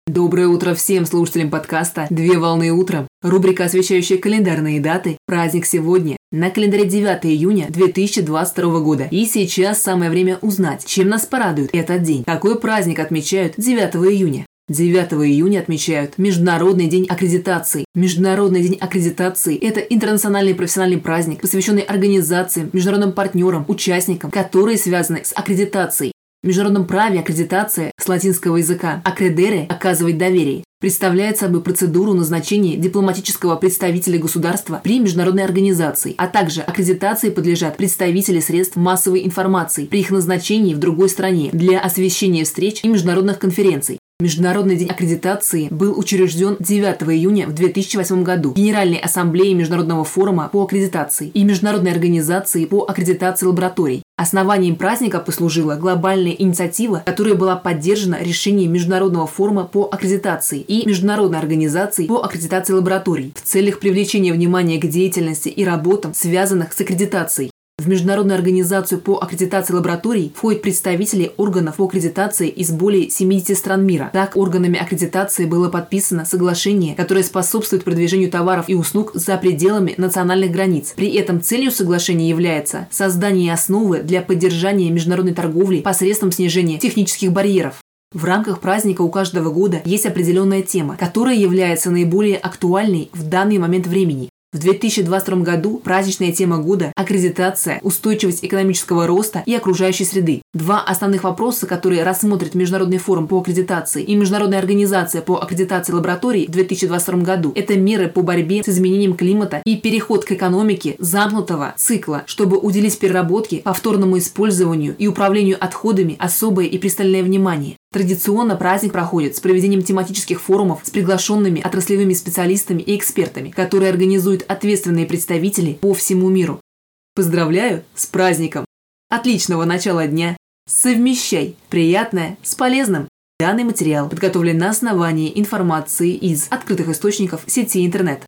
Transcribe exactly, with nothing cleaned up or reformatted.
Доброе утро всем слушателям подкаста «Две волны утром». Рубрика, освещающая календарные даты. Праздник сегодня. На календаре девятое июня две тысячи двадцать второго года. И сейчас самое время узнать, чем нас порадует этот день. Какой праздник отмечают девятого июня? девятого июня отмечают Международный день аккредитации. Международный день аккредитации – это интернациональный профессиональный праздник, посвященный организациям, международным партнерам, участникам, которые связаны с аккредитацией. В международном праве аккредитация с латинского языка «аккредере» – оказывать доверие. Представляет собой процедуру назначения дипломатического представителя государства при международной организации, а также аккредитации подлежат представители средств массовой информации при их назначении в другой стране для освещения встреч и международных конференций. Международный день аккредитации был учрежден девятого июня в две тысячи восьмом году Генеральной ассамблеей Международного форума по аккредитации и Международной организации по аккредитации лабораторий. Основанием праздника послужила глобальная инициатива, которая была поддержана решением Международного форума по аккредитации и Международной организации по аккредитации лабораторий в целях привлечения внимания к деятельности и работам, связанных с аккредитацией. В Международную организацию по аккредитации лабораторий входят представители органов по аккредитации из более семидесяти стран мира. Так, органами аккредитации было подписано соглашение, которое способствует продвижению товаров и услуг за пределами национальных границ. При этом целью соглашения является создание основы для поддержания международной торговли посредством снижения технических барьеров. В рамках праздника у каждого года есть определенная тема, которая является наиболее актуальной в данный момент времени. В две тысячи двадцать втором году праздничная тема года – аккредитация, устойчивость экономического роста и окружающей среды. Два основных вопроса, которые рассмотрит Международный форум по аккредитации и Международная организация по аккредитации лабораторий в две тысячи двадцать втором году – это меры по борьбе с изменением климата и переход к экономике замкнутого цикла, чтобы уделить переработке, повторному использованию и управлению отходами особое и пристальное внимание. Традиционно праздник проходит с проведением тематических форумов с приглашенными отраслевыми специалистами и экспертами, которые организуют ответственные представители по всему миру. Поздравляю с праздником! Отличного начала дня! Совмещай приятное с полезным! Данный материал подготовлен на основании информации из открытых источников сети интернет.